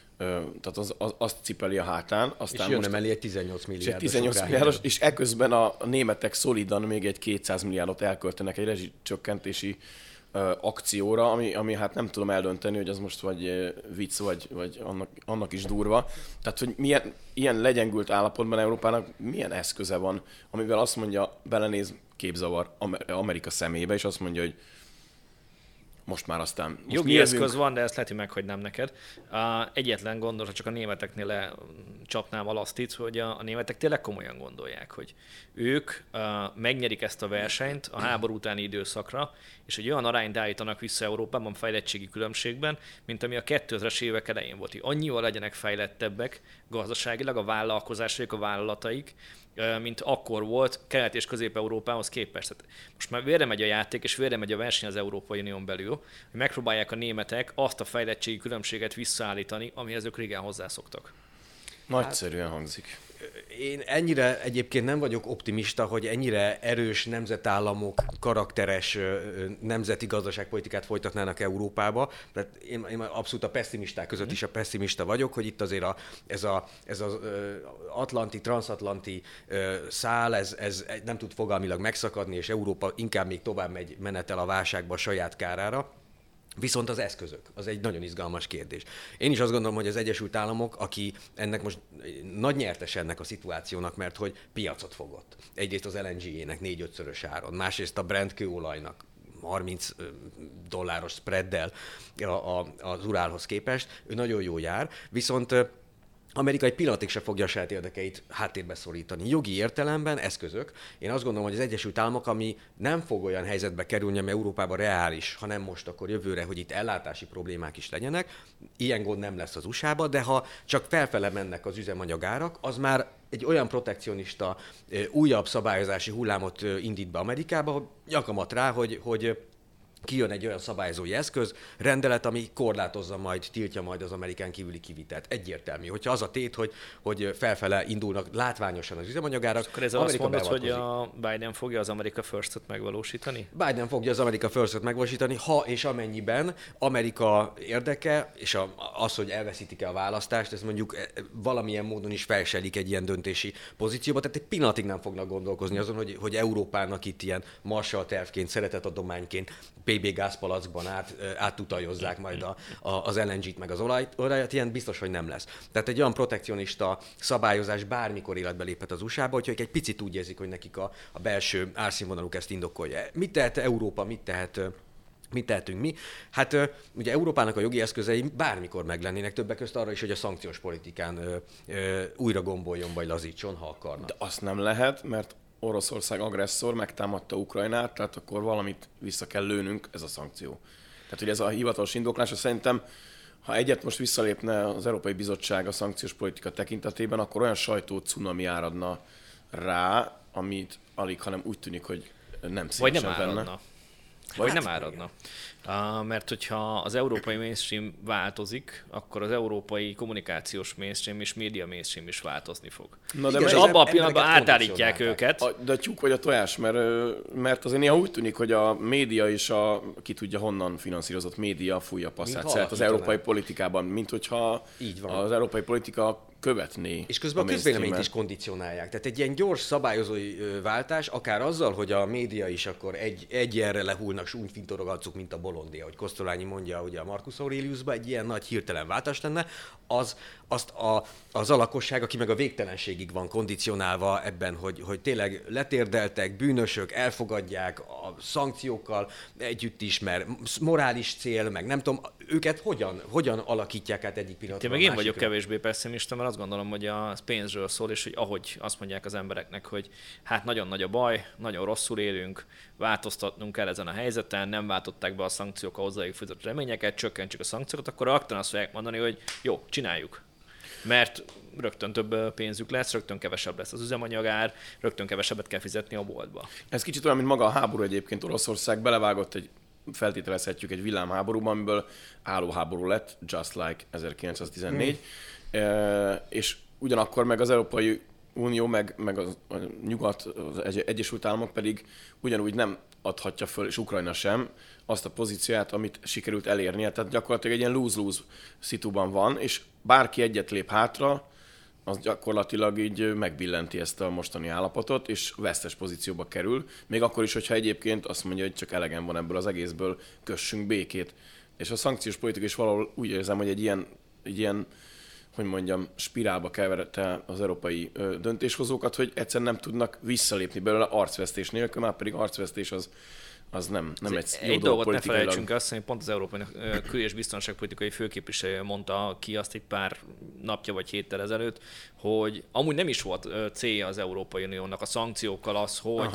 tehát azt cipeli a hátán. Aztán és jönne mellé egy 18 milliárdos. 18 milliárdos, és eközben a németek szolidan még egy 200 milliárdot elköltenek egy rezsicsökkentési akcióra, ami hát nem tudom eldönteni, hogy az most vagy vicc, vagy annak is durva. Tehát, hogy ilyen legyengült állapotban Európának milyen eszköze van, amivel azt mondja, belenéz képzavar Amerika szemébe, és azt mondja, hogy most már aztán... Jogi eszköz van, de ezt lehet, hogy meghagynám neked. Egyetlen gondol, ha csak a németeknél csapnám a lasztit, hogy a németek tényleg komolyan gondolják, hogy ők megnyerik ezt a versenyt a háború utáni időszakra, és egy olyan arányt állítanak vissza Európában fejlettségi különbségben, mint ami a 2000-es évek elején volt. Annyival legyenek fejlettebbek gazdaságilag a vállalkozásaik, a vállalataik, mint akkor volt Kelet- és Közép-Európához képest. Tehát most már vérre megy a játék, és vérre megy a verseny az Európai Unión belül, hogy megpróbálják a németek azt a fejlettségi különbséget visszaállítani, amihez ők régen hozzászoktak. Nagyszerűen hangzik. Én ennyire egyébként nem vagyok optimista, hogy ennyire erős nemzetállamok, karakteres nemzeti gazdaságpolitikát folytatnának Európába. Tehát én abszolút a pessimisták között is a pessimista vagyok, hogy itt azért ez az atlanti, transatlanti szál, ez nem tud fogalmilag megszakadni, és Európa inkább még tovább menetel a válságba a saját kárára. Viszont az eszközök, az egy nagyon izgalmas kérdés. Én is azt gondolom, hogy az Egyesült Államok, aki ennek most nagy nyertes ennek a szituációnak, mert hogy piacot fogott. Egyrészt az LNG-jének 4-5-szörös áron, másrészt a Brent kőolajnak $30 spreaddel az Urálhoz képest, ő nagyon jól jár, viszont Amerika egy pillanatig se fogja a saját érdekeit háttérbe szorítani. Jogi értelemben eszközök. Én azt gondolom, hogy az Egyesült Államok, ami nem fog olyan helyzetbe kerülni, ami Európában reális, ha nem most, akkor jövőre, hogy itt ellátási problémák is legyenek. Ilyen gond nem lesz az USA-ba, de ha csak felfele mennek az üzemanyagárak, az már egy olyan protekcionista, újabb szabályozási hullámot indít be Amerikába, nyakamat rá, hogy kijön egy olyan szabályozói eszköz, rendelet, ami korlátozza majd, tiltja majd az Amerikán kívüli kivitelt. Egyértelmű. Hogyha az a tét, hogy felfele indulnak látványosan az üzemanyagárak, akkor ez azt mondod, hogy a Biden fogja az America First-ot megvalósítani? Biden fogja az America First-ot megvalósítani, ha és amennyiben Amerika érdeke, és az, hogy elveszítik-e a választást, ez mondjuk valamilyen módon is felselik egy ilyen döntési pozícióba. Tehát egy pillanatig nem fognak gondolkozni azon, hogy Európának itt ilyen Marshall tervként, szeretetadományként PB gázpalackban átutajozzák majd az LNG-t meg az olajat, ilyen biztos, hogy nem lesz. Tehát egy olyan protekcionista szabályozás bármikor életbe léphet az USA-ba, hogyha egy picit úgy érzik, hogy nekik a belső árszínvonaluk ezt indokolja. Mit tehet Európa, mit tehetünk mi? Hát ugye Európának a jogi eszközei bármikor meglennének, többek között arra is, hogy a szankciós politikán újra gomboljon vagy lazítson, ha akarnak. De azt nem lehet, mert Oroszország agresszor, megtámadta Ukrajnát, tehát akkor valamit vissza kell lőnünk, ez a szankció. Tehát, hogy ez a hivatalos indoklás, szerintem, ha egyet most visszalépne az Európai Bizottság a szankciós politika tekintetében, akkor olyan sajtó cunami áradna rá, amit alig, hanem úgy tűnik, hogy nem szívesen vagy nem áradna. Vagy nem áradna. Mert hogyha az európai mainstream változik, akkor az európai kommunikációs mainstream és média mainstream is változni fog. Na de és abban a pillanatban átállítják őket. De a tyúk vagy a tojás, mert azért néha úgy tűnik, hogy a média és ki tudja honnan finanszírozott média fújja a passzát szert az európai politikában, mint hogyha az európai politika követné. És közben a közvéleményt is kondicionálják. Tehát egy ilyen gyors szabályozói váltás, akár azzal, hogy a média is akkor egyelre lehúlnak, és úgy fintorogacuk, mint a bolondia, hogy Kosztolányi mondja, ugye a Marcus Aureliusban egy ilyen nagy hirtelen váltás lenne, az a lakosság, aki meg a végtelenségig van kondicionálva ebben, hogy tényleg letérdeltek, bűnösök, elfogadják a szankciókkal együtt is, mert morális cél, meg nem tudom, őket hogyan alakítják át egyik pillanatra. Én meg én vagyok kevésbé pessimista, mert azt gondolom, hogy a pénzről szól, és hogy ahogy azt mondják az embereknek, hogy hát nagyon nagy a baj, nagyon rosszul élünk, változtatnunk kell ezen a helyzeten, nem váltották be a szankciók a hozzájuk fűzött reményeket, csökkentsük a szankciókat, akkor rögtön azt fogják mondani, hogy jó, csináljuk. Mert rögtön több pénzük lesz, rögtön kevesebb lesz az üzemanyagár, rögtön kevesebbet kell fizetni a boltba. Ez kicsit olyan, mint maga a háború egyébként. Oroszország belevágott feltételezhetjük egy villámháborúban, amiből állóháború lett, just like 1914, és ugyanakkor meg az Európai Unió, meg a Nyugat, az Egyesült Államok pedig ugyanúgy nem adhatja föl, és Ukrajna sem, azt a pozícióját, amit sikerült elérnie. Tehát gyakorlatilag egy ilyen lose-lose szituban van, és bárki egyet lép hátra, az gyakorlatilag így megbillenti ezt a mostani állapotot, és vesztes pozícióba kerül. Még akkor is, hogyha egyébként azt mondja, hogy csak elegem van ebből az egészből, kössünk békét. És a szankciós politika is valahol úgy érzem, hogy egy ilyen hogy mondjam, spirálba keverte az európai döntéshozókat, hogy egyszerűen nem tudnak visszalépni belőle arcvesztés nélkül, már pedig arcvesztés az az nem egy jó egy dolog dolgot ne politikailag. felejtsünk azt, hogy pont az Európai Kül- és Biztonságpolitikai Főképviselő mondta ki azt egy pár napja vagy héttel ezelőtt, hogy amúgy nem is volt célja az Európai Uniónak a szankciókkal az, hogy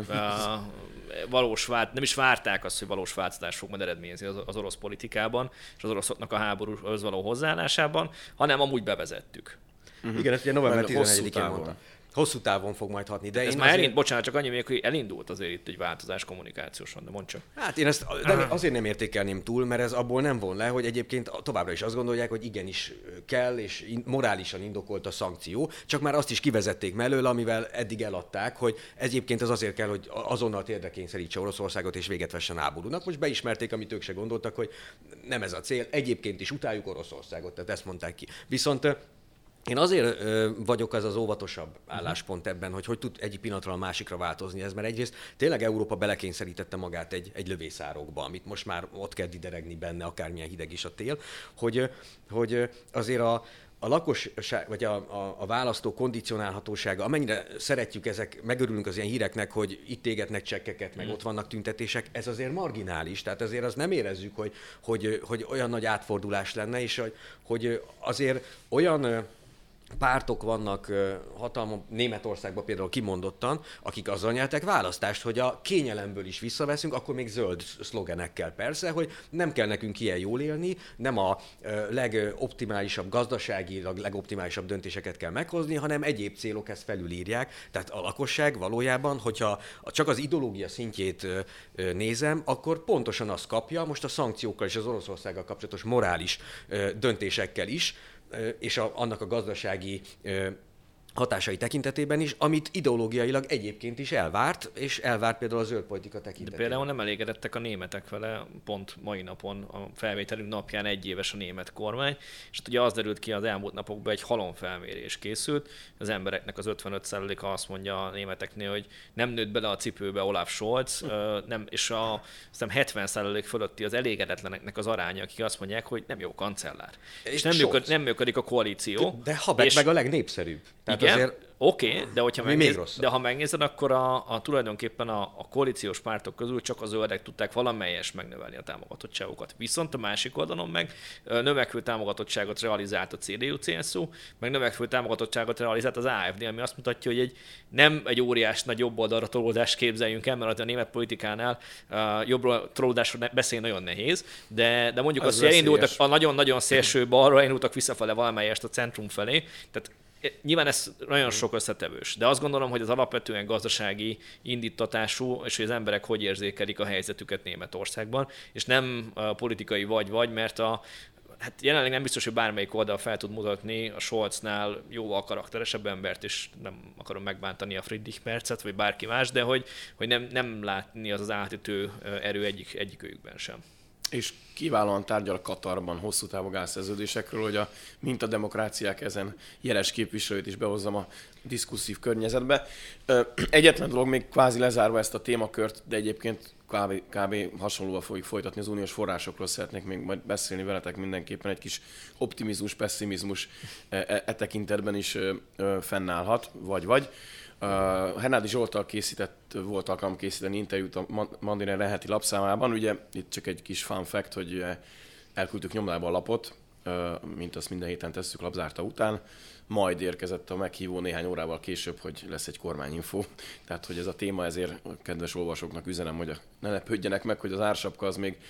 nem is várták azt, hogy valós változást fog majd eredményezni az orosz politikában és az oroszoknak a háborúhoz való hozzáállásában, hanem amúgy bevezettük. Igen, ezt ugye november Meg hosszú 11-én távon. mondta. Hosszú távon fog majd hatni. De Ez én már azért... bocsánat, csak annyi még, hogy elindult azért itt egy változás kommunikációsan, de mondd csak. Hát én ezt azért nem értékelném túl, mert ez abból nem von le, hogy egyébként továbbra is azt gondolják, hogy igenis kell, és morálisan indokolt a szankció, csak már azt is kivezették mellől, amivel eddig eladták, hogy egyébként ez azért kell, hogy azonnal térdre kényszerítse Oroszországot és véget vessen háborúnak. Most beismerték, amit ők se gondoltak, hogy nem ez a cél, egyébként is utáljuk Oroszországot, tehát ezt mondták ki. Viszont én azért vagyok az óvatosabb álláspont ebben, hogy tud egyik pillanatról a másikra változni ez, mert egyrészt tényleg Európa belekényszerítette magát egy lövészárokba, amit most már ott kell dideregni benne, akármilyen hideg is a tél, hogy azért a lakosság, vagy a választó kondicionálhatósága, amennyire szeretjük megörülünk az ilyen híreknek, hogy itt égetnek csekkeket, meg ott vannak tüntetések, ez azért marginális, tehát azért azt nem érezzük, hogy olyan nagy átfordulás lenne, és hogy azért olyan pártok vannak hatalmon, Németországban például kimondottan, akik azzal nyertek választást, hogy a kényelemből is visszaveszünk, akkor még zöld szlogenekkel persze, hogy nem kell nekünk ilyen jól élni, nem a legoptimálisabb, gazdaságilag legoptimálisabb döntéseket kell meghozni, hanem egyéb célok ezt felülírják. Tehát a lakosság valójában, hogyha csak az ideológia szintjét nézem, akkor pontosan azt kapja, most a szankciókkal és az Oroszországgal kapcsolatos morális döntésekkel is, és annak a gazdasági hatásai tekintetében is, amit ideológiailag egyébként is elvárt, és elvárt például a zöld politika De tekintetében. például nem elégedettek a németek vele, pont mai napon, a felvételünk napján 1 éves a német kormány, és ugye az derült ki, az elmúlt napokban egy halomfelmérés készült, az embereknek az 55%-a azt mondja a németeknél, hogy nem nőtt bele a cipőbe Olaf Scholz, és aztán 70% fölötti az elégedetleneknek az aránya, akik azt mondják, hogy nem jó kancellár. És nem működik a koalíció. De Habeck meg a legnépszerűbb. Tehát igen, azért oké, de hogyha még megnézed, akkor tulajdonképpen a koalíciós pártok közül csak a zöldek tudták valamelyest megnövelni a támogatottságokat. Viszont a másik oldalon meg növekvő támogatottságot realizált a CDU-CSU, meg növekvő támogatottságot realizált az AfD, ami azt mutatja, hogy nem egy óriás nagy jobboldalra tolódást képzeljünk el, mert a német politikánál jobbra tolódásról beszélni nagyon nehéz, de mondjuk azt, hogy elindultak a nagyon-nagyon szélső balra, elindultak visszafele valamelyest a centrum felé, tehát nyilván ez nagyon sok összetevős, de azt gondolom, hogy az alapvetően gazdasági indítatású, és hogy az emberek hogy érzékelik a helyzetüket Németországban, és nem politikai vagy, mert hát jelenleg nem biztos, hogy bármelyik oldal fel tud mutatni a Scholznál jóval karakteresebb embert, és nem akarom megbántani a Friedrich Merzet, vagy bárki más, de hogy nem látni az átütő erő egyikőjükben sem. És kiválóan tárgyal Katarban hosszú távú gázszerződésekről, hogy a mintademokráciák ezen jeles képviselőt is behozzam a diszkusszív környezetbe. Egyetlen dolog, még kvázi lezárva ezt a témakört, de egyébként kb. Hasonlóan fogjuk folytatni az uniós forrásokról, szeretnék még majd beszélni veletek mindenképpen, egy kis optimizmus, pessimizmus tekintetben is fennállhat, vagy. Hernádi Zsolttal volt alkalom készíteni interjút a Mandiner Leheti lapszámában. Ugye itt csak egy kis fun fact, hogy elküldtük nyomdába a lapot, mint azt minden héten tesszük lapzárta után, majd érkezett a meghívó néhány órával később, hogy lesz egy kormányinfó. Tehát, hogy ez a téma, ezért a kedves olvasóknak üzenem, hogy ne lepődjenek meg, hogy az ársapka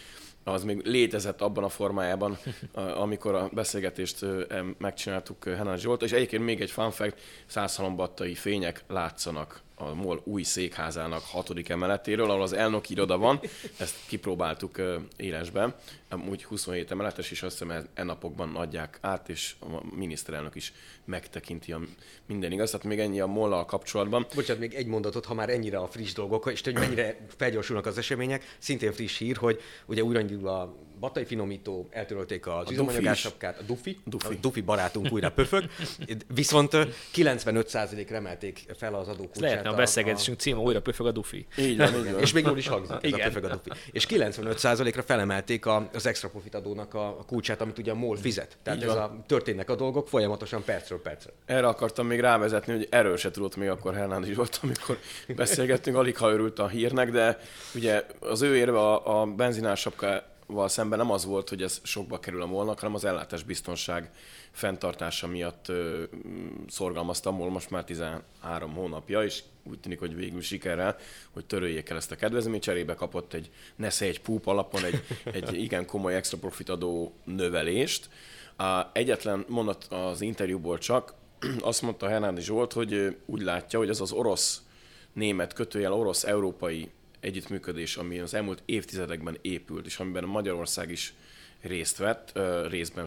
az még létezett abban a formájában, amikor a beszélgetést megcsináltuk Hernádi Zsolttal. És egyébként még egy fun fact, 100 halombattai fények látszanak a MOL új székházának 6. emeletéről, ahol az elnök iroda van, ezt kipróbáltuk élesben, úgy 27 emeletes, és azt hiszem napokban adják át, és a miniszterelnök is megtekinti minden igaz. Tehát még ennyi a MOL-lal kapcsolatban. Bocsánat, még egy mondatot, ha már ennyire a friss dolgok, és hogy mennyire felgyorsulnak az események, szintén friss hír, hogy ugye újra indul a Batai finomító, eltörölték az üzemanyagássapkát, a Dufi barátunk újra pöfög, viszont 95%-ra emelték fel az adókulcsát. Lehetne a beszélgetésünk címe, újra pöfög a Dufi. Így van. És még jól is hangzik ez a pöfög a Dufi. És 95%-ra felemelték az extra profit adónak a kulcsát, amit ugye a MOL fizet. Tehát történnek a dolgok folyamatosan percről percre. Erre akartam még rávezetni, hogy erről se tudott még akkor Hernández volt, amikor beszélgettünk, alig ha örült a hírnek, de ugye az ő érve a benzinársapkával szemben nem az volt, hogy ez sokba kerül a MOL-nak, hanem az ellátásbiztonság fenntartása miatt szorgalmazta a MOL most már 13 hónapja, és úgy tűnik, hogy végül sikerrel, hogy töröljék el ezt a kedvezményt, cserébe kapott egy púp alapon egy igen komoly extra profit adó növelést. Egyetlen mondat az interjúból csak, azt mondta Hernández Zsolt, hogy úgy látja, hogy ez az orosz-német orosz-európai együttműködés, ami az elmúlt évtizedekben épült, és amiben Magyarország is részt vett, részben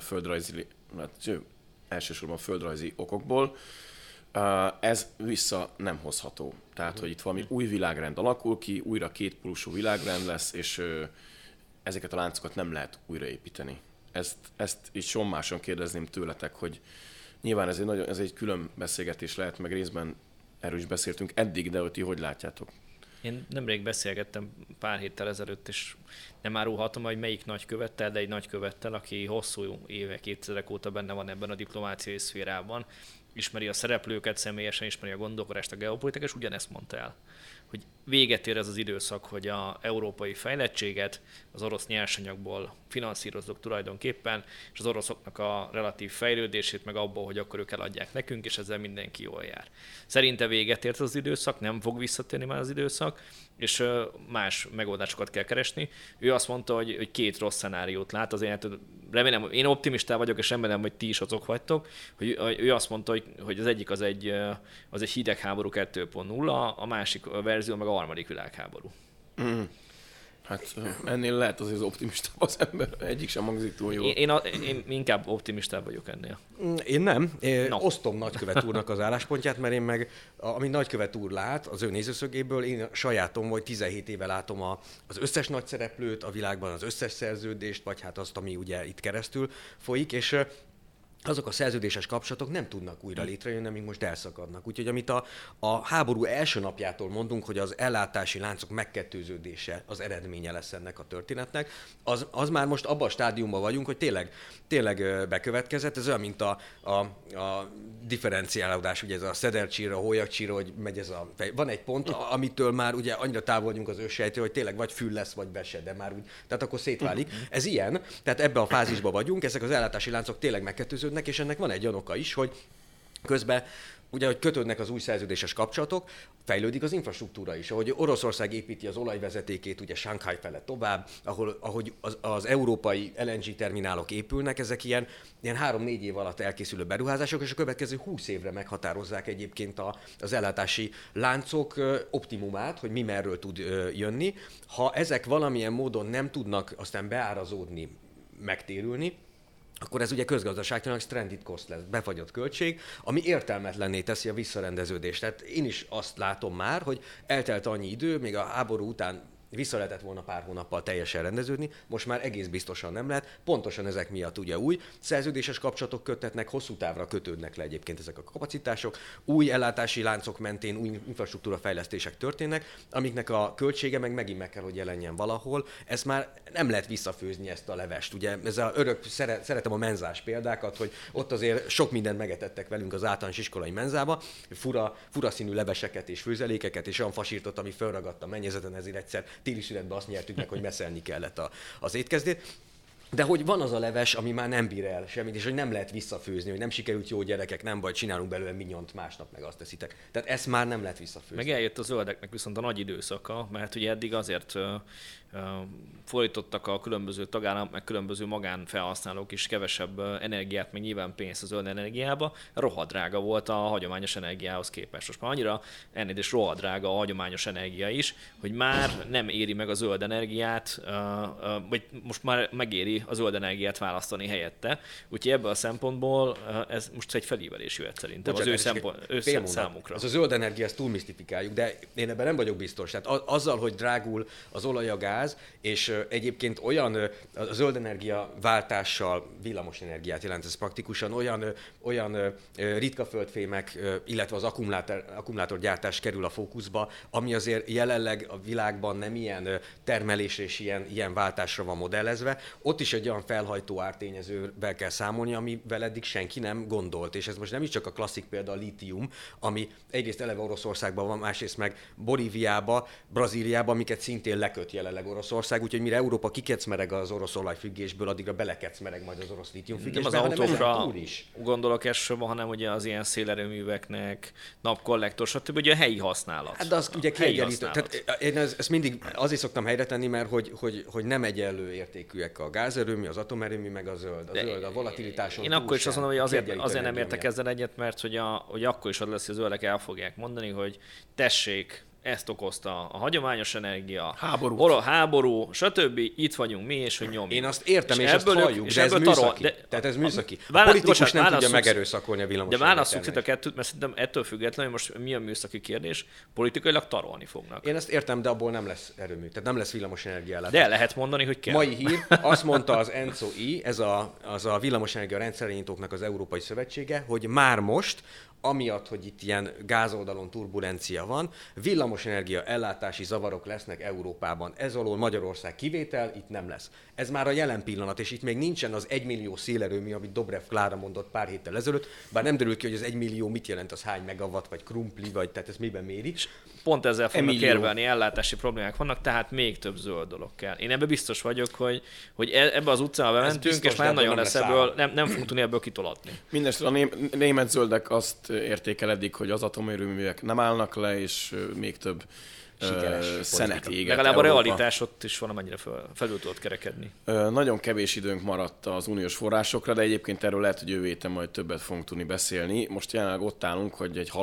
elsősorban földrajzi okokból, ez vissza nem hozható. Tehát, hogy itt valami új világrend alakul ki, újra kétpólusú világrend lesz, és ezeket a láncokat nem lehet újraépíteni. Ezt így sommáson kérdezném tőletek, hogy nyilván ez egy külön beszélgetés lehet, meg részben erről is beszéltünk eddig, de hogy látjátok? Én nemrég beszélgettem pár héttel ezelőtt, és nem árulhatom, hogy melyik nagykövettel, de egy nagykövettel, aki hosszú évek, évtizedek óta benne van ebben a diplomáciai szférában, ismeri a szereplőket, személyesen ismeri a gondolkodást, a geopolitikát, és ugyanezt mondta el, hogy véget ér ez az időszak, hogy az európai fejlettséget az orosz nyersanyagból finanszírozzuk tulajdonképpen, és az oroszoknak a relatív fejlődését meg abból, hogy akkor ők eladják nekünk, és ezzel mindenki jól jár. Szerinte véget ért az időszak, nem fog visszatérni már az időszak, és más megoldásokat kell keresni. Ő azt mondta, hogy két rossz szenáriót lát, azért remélem, én optimista vagyok, és remélem, hogy ti is azok vagytok, hogy ő azt mondta, hogy az egyik az egy hidegháború 2.0, a másik verzió meg a harmadik világháború. Hát ennél lehet azért az optimistább az ember, egyik sem hangzik túl jól. Én inkább optimistább vagyok ennél. Én nem. Osztom nagykövet úrnak az álláspontját, mert én meg, amit nagykövet úr lát, az ő nézőszögéből, én sajátom, hogy 17 éve látom az összes nagy szereplőt a világban, az összes szerződést, vagy hát azt, ami ugye itt keresztül folyik, és azok a szerződéses kapcsolatok nem tudnak újra létrejönni, amíg most elszakadnak. Úgyhogy amit a háború első napjától mondunk, hogy az ellátási láncok megkettőződése az eredménye lesz ennek a történetnek, az már most abban a stádiumban vagyunk, hogy tényleg bekövetkezett. Ez olyan, mint a differenciálódás, ugye ez a szedercsíra, a hólyagcsíra, hogy megy ez a fej. Van egy pont, amitől már ugye annyira távol vagyunk az őssejtől, hogy tényleg vagy fül lesz, vagy vese, de már úgy, tehát akkor szétválik. Ez ilyen, tehát ebben a fázisban vagyunk, ezek az ellátási láncok tényleg megkettőződnek, és ennek van egy olyan oka is, hogy közben ugye, hogy kötődnek az új szerződéses kapcsolatok, fejlődik az infrastruktúra is. Ahogy Oroszország építi az olajvezetékét, ugye Shanghai fele tovább, ahogy az európai LNG terminálok épülnek, ezek ilyen 3-4 év alatt elkészülő beruházások, és a következő 20 évre meghatározzák egyébként az ellátási láncok optimumát, hogy mi merről tud jönni. Ha ezek valamilyen módon nem tudnak aztán beárazódni, megtérülni, akkor ez ugye közgazdaságtalan stranded cost lesz, befagyott költség, ami értelmetlenné teszi a visszarendeződést. Tehát én is azt látom már, hogy eltelt annyi idő, még a háború után vissza lehetett volna pár hónappal teljesen rendeződni, most már egész biztosan nem lehet, pontosan ezek miatt ugye új szerződéses kapcsolatok köttetnek, hosszú távra kötődnek le egyébként ezek a kapacitások, új ellátási láncok mentén új infrastruktúra fejlesztések történnek, amiknek a költsége meg megint meg kell, hogy jelenjen valahol. Ez már nem lehet visszafőzni ezt a levest. Ugye ez a szeretem a menzás példákat, hogy ott azért sok mindent megetettek velünk az általános iskolai menzába, fura színű leveseket és főzelékeket, és olyan fasírtot, ami felragadt a mennyezeten, ezért egyszer téli szünetben azt nyertük meg, hogy messzelni kellett az étkezdét. De hogy van az a leves, ami már nem bír el semmit, és hogy nem lehet visszafőzni, hogy nem sikerült jó gyerekek, nem baj, csinálunk belőle minyont, másnap meg azt teszitek. Tehát ezt már nem lehet visszafőzni. Meg eljött a zöldeknek viszont a nagy időszaka, mert ugye eddig azért fordítottak a különböző tagállamok, meg különböző magánfelhasználók is kevesebb energiát, meg nyilván pénzt a zöld energiába. Rohadrága volt a hagyományos energiához képest. Most már annyira ennél is rohadrága a hagyományos energia is, hogy már nem éri meg a zöld energiát, vagy most már megéri a zöld energiát választani helyette. Úgyhogy ebből a szempontból ez most egy felívelés jöhet szerintem az ő számukra. Az a zöld energia, ezt túl misztifikáljuk, de én ebben nem vagyok biztos. Tehát azzal, hogy drágul az olaj, a gáz, gáz, és egyébként olyan a zöld energia váltással villamos energiát jelent ez praktikusan, olyan ritka földfémek, illetve az akkumulátorgyártás kerül a fókuszba, ami azért jelenleg a világban nem ilyen termelésre és ilyen váltásra van modellezve. Ott is egy olyan felhajtó ártényezővel kell számolni, amivel eddig senki nem gondolt. És ez most nem is csak a klasszik példa a lítium, ami egyrészt eleve Oroszországban van, másrészt meg Bolíviába, Brazíliába, amiket szintén leköt jelenleg Oroszország, úgyhogy mire Európa kikecmereg az orosz olajfüggésből, addigra belekecmereg majd az orosz lítiumfüggésbe. Nem az autókra gondolok elsősorban, hanem ugye az ilyen szélerőműveknek, napkollektor, stb. Ugye a helyi használat. Hát de az ugye kiegyenlítő. Tehát én ezt mindig azért szoktam helyre tenni, mert hogy nem egyenlő értékűek a gázerőmű, az atomerőmű, meg a zöld. A volatilitáson. Én akkor is azt mondom, hogy azért nem értek ezzel egyet, mert hogy akkor is az lesz, hogy a zöldek el fogják mondani, hogy tessék, ezt okozta a hagyományos energia, háború, stb. Itt vagyunk mi, és hogy nyomjuk. Én azt értem, és ezt halljuk, de ez műszaki. Tehát ez műszaki. A politikus nem tudja megerőszakolni a villamos. De válasszuk itt a kettőt, mert szerintem ettől függetlenül, most mi a műszaki kérdés, politikailag tarolni fognak. Én ezt értem, de abból nem lesz erőmű. Tehát nem lesz villamos energiállátás. De lehet mondani, hogy kell. Mai hír, azt mondta az ENCO-I, az a villamosenergia rendszerirányítóknak az Európai Szövetsége, hogy már most, amiatt, hogy itt ilyen gázoldalon turbulencia van, villamosenergia ellátási zavarok lesznek Európában. Ez alól Magyarország kivétel, itt nem lesz. Ez már a jelen pillanat, és itt még nincsen az 1 millió szélerőmű, amit Dobrev Klára mondott pár héttel ezelőtt, bár nem derül ki, hogy az 1 millió mit jelent, az hány megawatt, vagy krumpli, vagy tehát ez miben méri. Pont ezzel fognak érvelni, ellátási problémák vannak, tehát még több zöld dolog kell. Én ebben biztos vagyok, hogy ebbe az utcába bementünk, és már nagyon lesz ebből, nem fogunk tudni ebből kitolatni. Mindenesetre a német zöldek azt értékel eddig, hogy az atomerőművek nem állnak le, és még több szenet éget. Legalább a realitás ott is valamennyire felül tudott kerekedni. Nagyon kevés időnk maradt az uniós forrásokra, de egyébként erről lehet, hogy jövő héten majd többet fogunk tudni beszélni. Most jelenleg ott állunk, hogy egy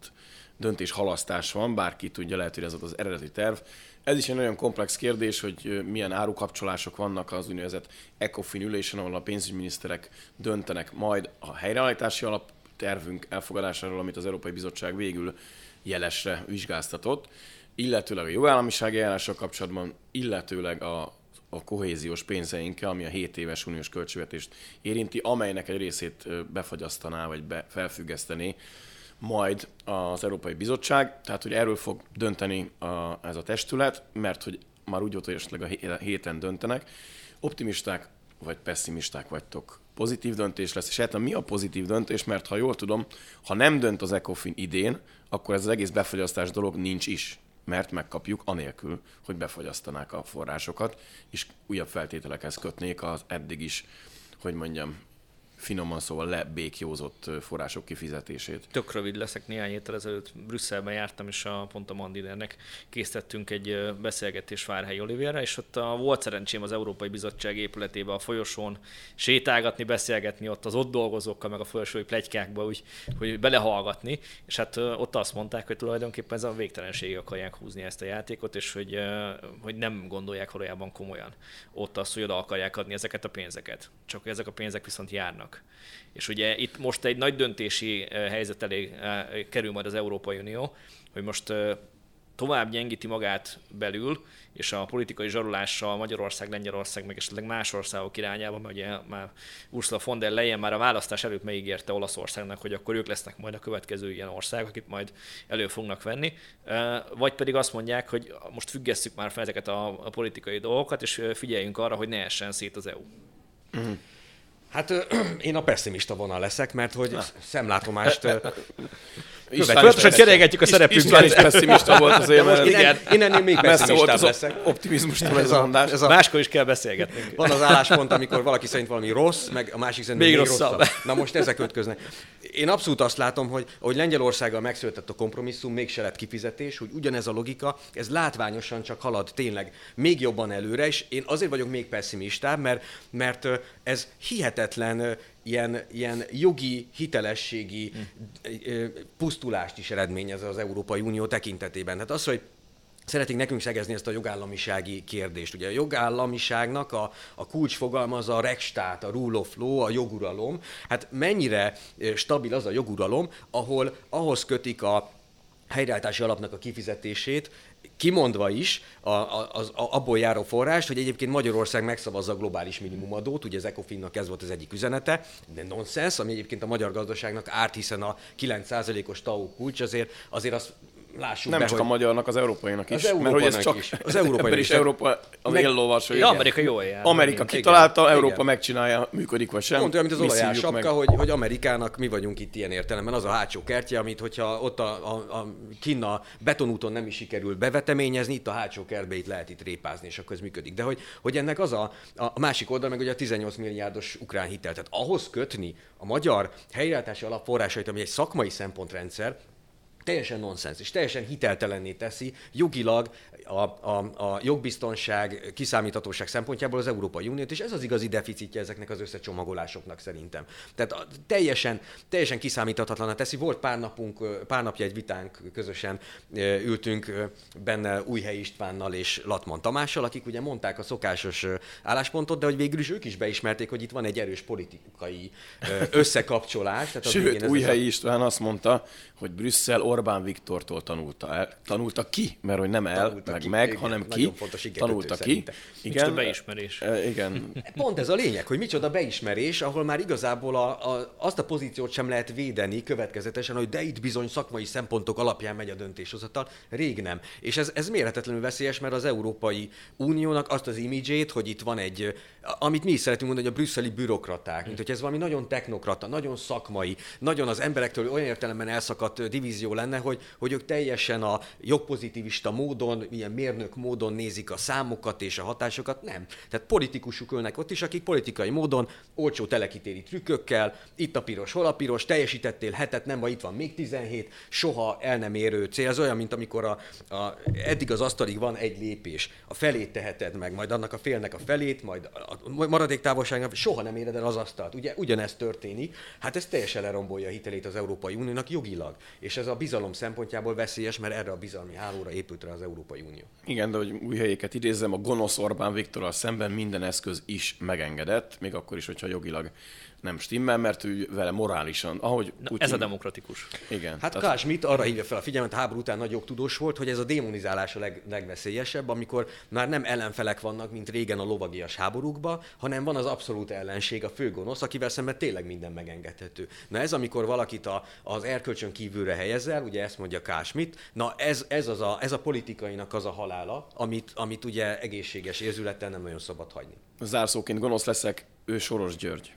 döntéshalasztás van, bárki tudja, lehet, hogy ez az eredeti terv. Ez is egy nagyon komplex kérdés, hogy milyen árukapcsolások vannak az úgynevezett ECOFIN ülésen, ahol a pénzügyminiszterek döntenek majd a helyreállítási alaptervünk elfogadásáról, amit az Európai Bizottság végül jelesre vizsgáztatott, illetőleg a jogállamisági eljárással kapcsolatban, illetőleg a kohéziós pénzeinkkel, ami a 7 éves uniós költségvetést érinti, amelynek egy részét befagyasztaná, vagy felfüggesztené majd az Európai Bizottság. Tehát, hogy erről fog dönteni ez a testület, mert hogy már úgy volt, hogy esetleg a héten döntenek. Optimisták vagy pessimisták vagytok. Pozitív döntés lesz, és hát mi a pozitív döntés, mert ha jól tudom, ha nem dönt az ECOFIN idén, akkor ez az egész befagyasztás dolog nincs is, mert megkapjuk anélkül, hogy befagyasztanák a forrásokat, és újabb feltételekhez kötnék az eddig is, hogy mondjam, finoman szóval lebékjózott források kifizetését. Tök rövid leszek, néhány héttel ezelőtt Brüsszelben jártam, és pont a Mandinernek készítettünk egy beszélgetést Várhelyi Olivérrel, és ott volt szerencsém az Európai Bizottság épületébe a folyosón sétálgatni, beszélgetni ott az ott dolgozókkal, meg a folyosói pletykákba, úgy, hogy belehallgatni, és hát ott azt mondták, hogy tulajdonképpen ez a végtelenségig akarják húzni ezt a játékot, és hogy nem gondolják valójában komolyan ott azt, hogy oda akarják adni ezeket a pénzeket. Csak ezek a pénzek viszont járnak. És ugye itt most egy nagy döntési helyzet elé kerül majd az Európai Unió, hogy most tovább gyengíti magát belül, és a politikai zsarolással Magyarország, Lengyelország, meg esetleg más országok irányába, mert ugye már Ursula von der Leyen már a választás előtt megígérte Olaszországnak, hogy akkor ők lesznek majd a következő ilyen ország, akit majd elő fognak venni, vagy pedig azt mondják, hogy most függesszük már fel ezeket a politikai dolgokat, és figyeljünk arra, hogy ne essen szét az EU. Mm. Hát én a pessimista vonal leszek, mert hogy szemlátomást... Folyamatosan cserélgetjük a szerepünket. István is pessimista volt azért, mert én ennél még pessimistább leszek. Optimizmustól ez a mondás. Máskor is kell beszélgetnünk. Van az álláspont, amikor valaki szerint valami rossz, meg a másik szerint még rosszabb. Na most ezek ütköznek. Én abszolút azt látom, hogy Lengyelországgal megszületett a kompromisszum, mégse lett kifizetés, hogy ugyanez a logika, ez látványosan csak halad tényleg még jobban előre, és én azért vagyok még pessimistább, mert ez hihetetlen ilyen jogi, hitelességi pusztulást is eredményez az Európai Unió tekintetében. Hát az, hogy szeretnénk nekünk szegezni ezt a jogállamisági kérdést. Ugye a jogállamiságnak a kulcsfogalma az a Rechtsstaat, a rule of law, a joguralom. Hát mennyire stabil az a joguralom, ahol ahhoz kötik a helyreállítási alapnak a kifizetését, kimondva is abból járó forrást, hogy egyébként Magyarország megszavazza a globális minimumadót, ugye az ECOFIN-nak ez volt az egyik üzenete, de nonsens, ami egyébként a magyar gazdaságnak árt, hiszen a 9%-os TAO kulcs azért azt lássuk nem be, csak hogy a magyarnak, az európainak is. az mert hogy ez csak is. Az európai is Európa az éllovas, hogy Amerika jól jár. Amerika kitalálta, igen. Európa Igen. megcsinálja, működik vagy sem. Pont olyan, mint az mi olajás szívjuk sapka, meg. hogy Amerikának mi vagyunk itt ilyen értelemben, az a hátsó kertje, amit hogyha ott a kinn a betonúton nem is sikerül beveteményezni, itt a hátsó kertbe itt lehet itt répázni, és akkor ez működik. De hogy ennek az a másik oldal, meg ugye a 18 milliárdos ukrán hitel. Tehát ahhoz kötni a magyar helyreállítási alap forrásait, ami egy szakmai szempontrendszer, teljesen nonsens, és teljesen hiteltelenné teszi jogilag a jogbiztonság, kiszámíthatóság szempontjából az Európai Uniót, és ez az igazi deficitje ezeknek az összecsomagolásoknak szerintem. Tehát teljesen kiszámíthatatlaná teszi. Volt pár napja egy vitánk, közösen ültünk benne Újhely Istvánnal és Latman Tamással, akik ugye mondták a szokásos álláspontot, de hogy végül is ők is beismerték, hogy itt van egy erős politikai összekapcsolás. Tehát sőt, Újhely István azt mondta, hogy Brüsszel Orbán Viktortól tanulta ki, mert hogy nem meg, hanem ki, tanulta ki. Igen, a beismerés. Igen. Pont ez a lényeg, hogy micsoda beismerés, ahol már igazából azt a pozíciót sem lehet védeni következetesen, hogy de itt bizony szakmai szempontok alapján megy a döntéshozatal. Rég nem. És ez mérhetetlenül veszélyes, mert az Európai Uniónak azt az imidzsét, hogy itt van egy, amit mi is szeretünk mondani, hogy a brüsszeli bürokraták, mint hogy ez valami nagyon technokrata, nagyon szakmai, nagyon az emberektől olyan értelemben elszakadt divízió lenne, hogy ők teljesen a jogpozitivista módon, ilyen mérnök módon nézik a számokat és a hatásokat. Nem. Tehát politikusuk ülnek ott is, akik politikai módon olcsó telekitéri trükkökkel, itt a piros, hol a piros, teljesítettél hetet, nem, vagy itt van még 17, soha el nem érő cél. Ez olyan, mint amikor eddig az asztalig van egy lépés, a felét teheted meg, majd annak a félnek a felét, majd a maradék távolságnak, soha nem éred el az asztalt. Ugye ugyanezt történik, hát ez teljesen lerombolja a hitelét az Európai Uniónak jogilag. És ez a bizalom szempontjából veszélyes, mert erre a bizalmi hálóra épült rá az Európai Unió. Igen, de hogy Újhelyéket idézzem, a gonosz Orbán Viktorral szemben minden eszköz is megengedett, még akkor is, hogyha jogilag nem stimmel, mert ő vele morálisan, ahogy Putyin... Ez a demokratikus. Igen. Hát Carl Schmitt arra hívja fel a figyelmet, a háború után nagy jogtudós volt, hogy ez a démonizálás a legveszélyesebb, amikor már nem ellenfelek vannak, mint régen a lovagias háborúkban, hanem van az abszolút ellenség, a főgonosz, akivel szemben tényleg minden megengedhető. Na ez, amikor valakit az erkölcsön kívülre helyezel, ugye ezt mondja Carl Schmitt, na ez a politikainak az a halála, amit ugye egészséges érzülettel nem nagyon szabad hagyni. Zárszóként gonosz leszek, ő Soros György.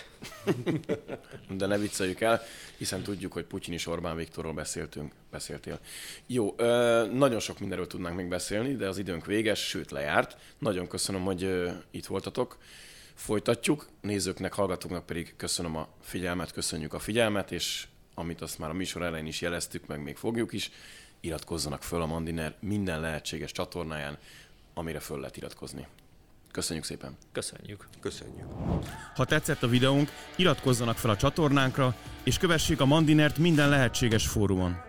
De ne vicceljük el, hiszen tudjuk, hogy Putyin és Orbán Viktorról beszéltél. Jó, nagyon sok mindenről tudnánk még beszélni, de az időnk véges, sőt lejárt. Nagyon köszönöm, hogy itt voltatok. Folytatjuk, nézőknek, hallgatóknak pedig köszönöm a figyelmet, köszönjük a figyelmet, és amit azt már a műsor elején is jeleztük, meg még fogjuk is, iratkozzanak föl a Mandiner minden lehetséges csatornáján, amire föl lehet iratkozni. Köszönjük szépen! Köszönjük! Ha tetszett a videónk, iratkozzanak fel a csatornánkra, és kövessék a Mandinert minden lehetséges fórumon.